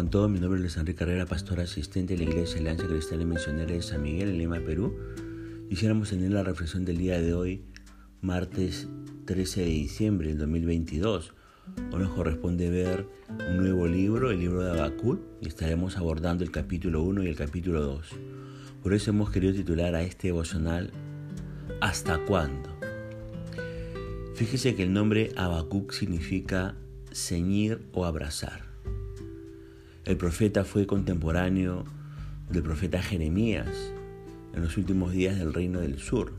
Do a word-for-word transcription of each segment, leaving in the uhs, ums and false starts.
con todos, mi nombre es Luis Enrique Carrera, pastor asistente de la Iglesia Alianza Cristiana y Misionera de San Miguel en Lima, Perú. Quisiéramos tener la reflexión del día de hoy, martes trece de diciembre del dos mil veintidós. Hoy nos corresponde ver un nuevo libro, el libro de Habacuc, y estaremos abordando el capítulo uno y el capítulo dos. Por eso hemos querido titular a este devocional ¿Hasta cuándo? Fíjese que el nombre Habacuc significa ceñir o abrazar. El profeta fue contemporáneo del profeta Jeremías en los últimos días del reino del sur.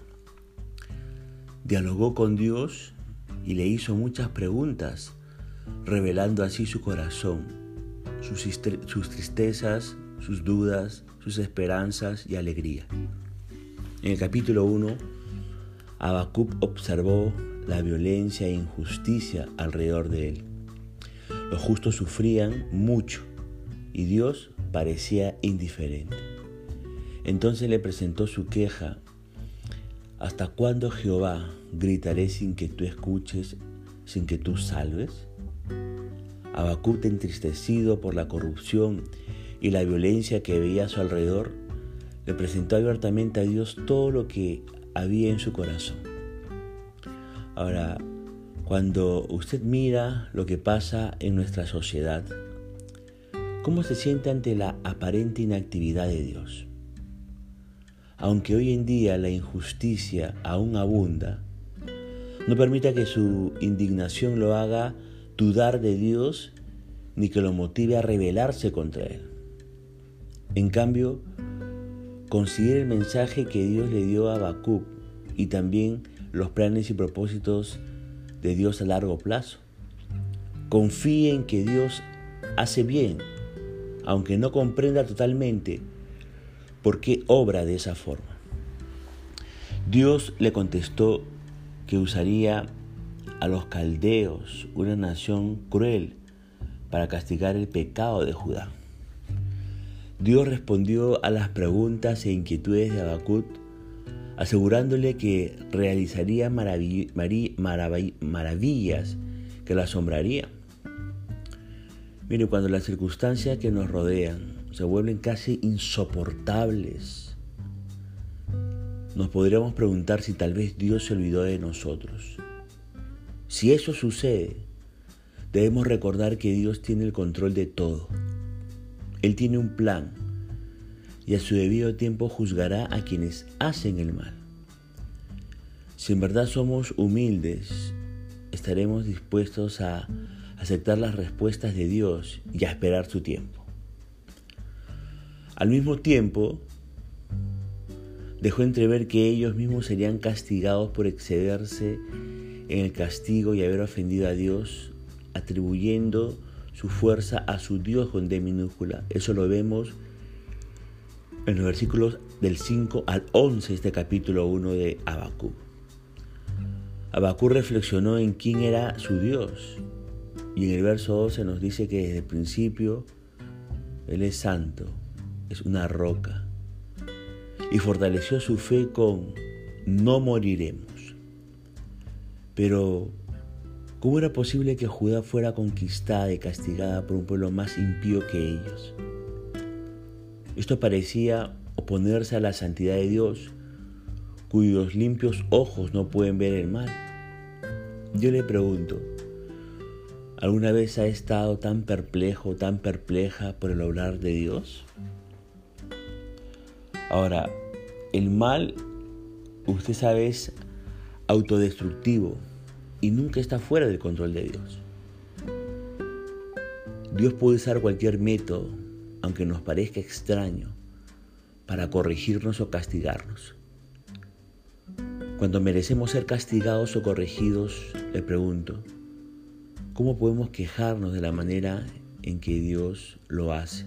Dialogó con Dios y le hizo muchas preguntas, revelando así su corazón, sus, sus tristezas, sus dudas, sus esperanzas y alegría. En el capítulo uno, Habacuc observó la violencia e injusticia alrededor de él. Los justos sufrían mucho y Dios parecía indiferente. Entonces le presentó su queja. ¿Hasta cuándo, Jehová, gritaré sin que tú escuches, sin que tú salves? Habacuc, entristecido por la corrupción y la violencia que veía a su alrededor, le presentó abiertamente a Dios todo lo que había en su corazón. Ahora, cuando usted mira lo que pasa en nuestra sociedad, ¿cómo se siente ante la aparente inactividad de Dios? Aunque hoy en día la injusticia aún abunda, no permita que su indignación lo haga dudar de Dios ni que lo motive a rebelarse contra Él. En cambio, considere el mensaje que Dios le dio a Habacuc y también los planes y propósitos de Dios a largo plazo. Confíe en que Dios hace bien, aunque no comprenda totalmente por qué obra de esa forma. Dios le contestó que usaría a los caldeos, una nación cruel, para castigar el pecado de Judá. Dios respondió a las preguntas e inquietudes de Habacuc, asegurándole que realizaría maravill- marav- marav- maravillas que lo asombrarían. Mire, cuando las circunstancias que nos rodean se vuelven casi insoportables, nos podríamos preguntar si tal vez Dios se olvidó de nosotros. Si eso sucede, debemos recordar que Dios tiene el control de todo. Él tiene un plan y a su debido tiempo juzgará a quienes hacen el mal. Si en verdad somos humildes, estaremos dispuestos a aceptar las respuestas de Dios y a esperar su tiempo. Al mismo tiempo, dejó entrever que ellos mismos serían castigados por excederse en el castigo y haber ofendido a Dios, atribuyendo su fuerza a su Dios con D minúscula. Eso lo vemos en los versículos del cinco al once de este capítulo uno de Habacuc. Habacuc reflexionó en quién era su Dios. Y en el verso doce nos dice que desde el principio Él es santo, es una roca. Y fortaleció su fe con no moriremos. Pero, ¿cómo era posible que Judá fuera conquistada y castigada por un pueblo más impío que ellos? Esto parecía oponerse a la santidad de Dios, cuyos limpios ojos no pueden ver el mal. Yo le pregunto, ¿alguna vez ha estado tan perplejo, tan perpleja por el obrar de Dios? Ahora, el mal, usted sabe, es autodestructivo y nunca está fuera del control de Dios. Dios puede usar cualquier método, aunque nos parezca extraño, para corregirnos o castigarnos. Cuando merecemos ser castigados o corregidos, le pregunto, ¿cómo podemos quejarnos de la manera en que Dios lo hace?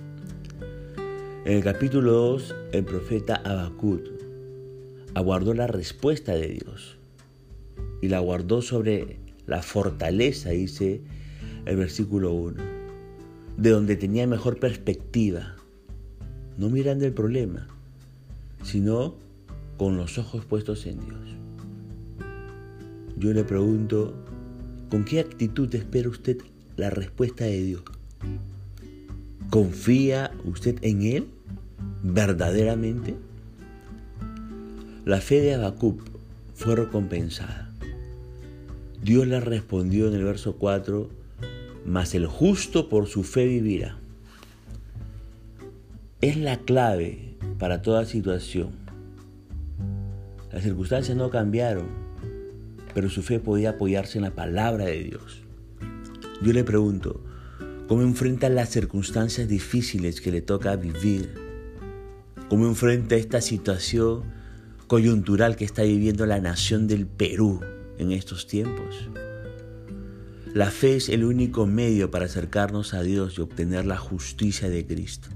En el capítulo dos, el profeta Habacuc aguardó la respuesta de Dios y la guardó sobre la fortaleza, dice el versículo uno, de donde tenía mejor perspectiva, no mirando el problema, sino con los ojos puestos en Dios. Yo le pregunto, ¿con qué actitud espera usted la respuesta de Dios? ¿Confía usted en Él verdaderamente? La fe de Habacuc fue recompensada. Dios le respondió en el verso cuatro, mas el justo por su fe vivirá. Es la clave para toda situación. Las circunstancias no cambiaron, pero su fe podía apoyarse en la palabra de Dios. Yo le pregunto, ¿cómo enfrenta las circunstancias difíciles que le toca vivir? ¿Cómo enfrenta esta situación coyuntural que está viviendo la nación del Perú en estos tiempos? La fe es el único medio para acercarnos a Dios y obtener la justicia de Cristo.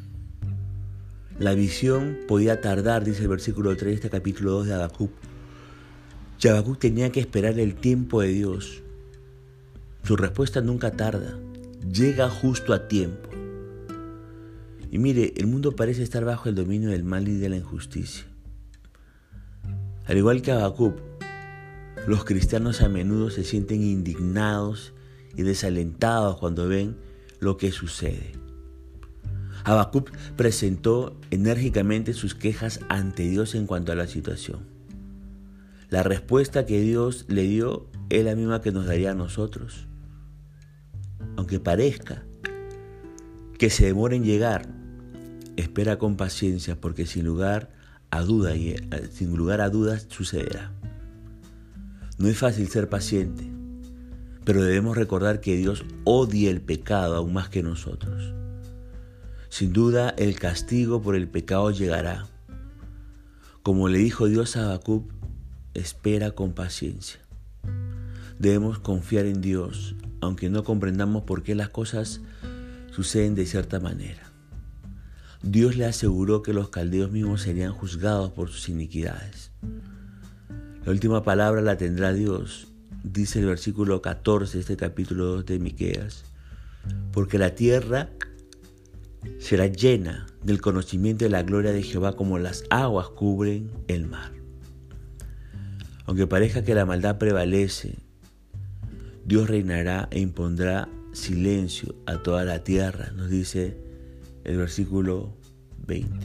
La visión podía tardar, dice el versículo tres de este capítulo dos de Habacuc. Y Habacuc tenía que esperar el tiempo de Dios. Su respuesta nunca tarda, llega justo a tiempo. Y mire, el mundo parece estar bajo el dominio del mal y de la injusticia. Al igual que Habacuc, los cristianos a menudo se sienten indignados y desalentados cuando ven lo que sucede. Habacuc presentó enérgicamente sus quejas ante Dios en cuanto a la situación. La respuesta que Dios le dio es la misma que nos daría a nosotros. Aunque parezca que se demore en llegar, espera con paciencia, porque sin lugar a dudas, sin lugar a dudas sucederá. No es fácil ser paciente, pero debemos recordar que Dios odia el pecado aún más que nosotros. Sin duda, el castigo por el pecado llegará. Como le dijo Dios a Habacuc, espera con paciencia. Debemos confiar en Dios, aunque no comprendamos por qué las cosas suceden de cierta manera. Dios le aseguró que los caldeos mismos serían juzgados por sus iniquidades. La última palabra la tendrá Dios, dice el versículo catorce de este capítulo dos de Miqueas, porque la tierra será llena del conocimiento de la gloria de Jehová como las aguas cubren el mar. Aunque parezca que la maldad prevalece, Dios reinará e impondrá silencio a toda la tierra, nos dice el versículo veinte.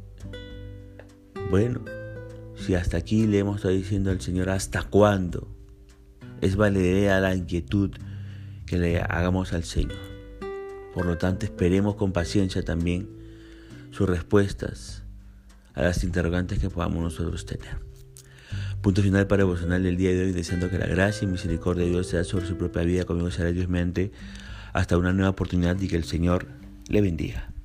Bueno, si hasta aquí le hemos estado diciendo al Señor ¿hasta cuándo? Es valedera la inquietud que le hagamos al Señor. Por lo tanto, esperemos con paciencia también sus respuestas a las interrogantes que podamos nosotros tener. Punto final para el devocional del día de hoy, deseando que la gracia y misericordia de Dios sea sobre su propia vida. Conmigo será Dios mediante hasta una nueva oportunidad y que el Señor le bendiga.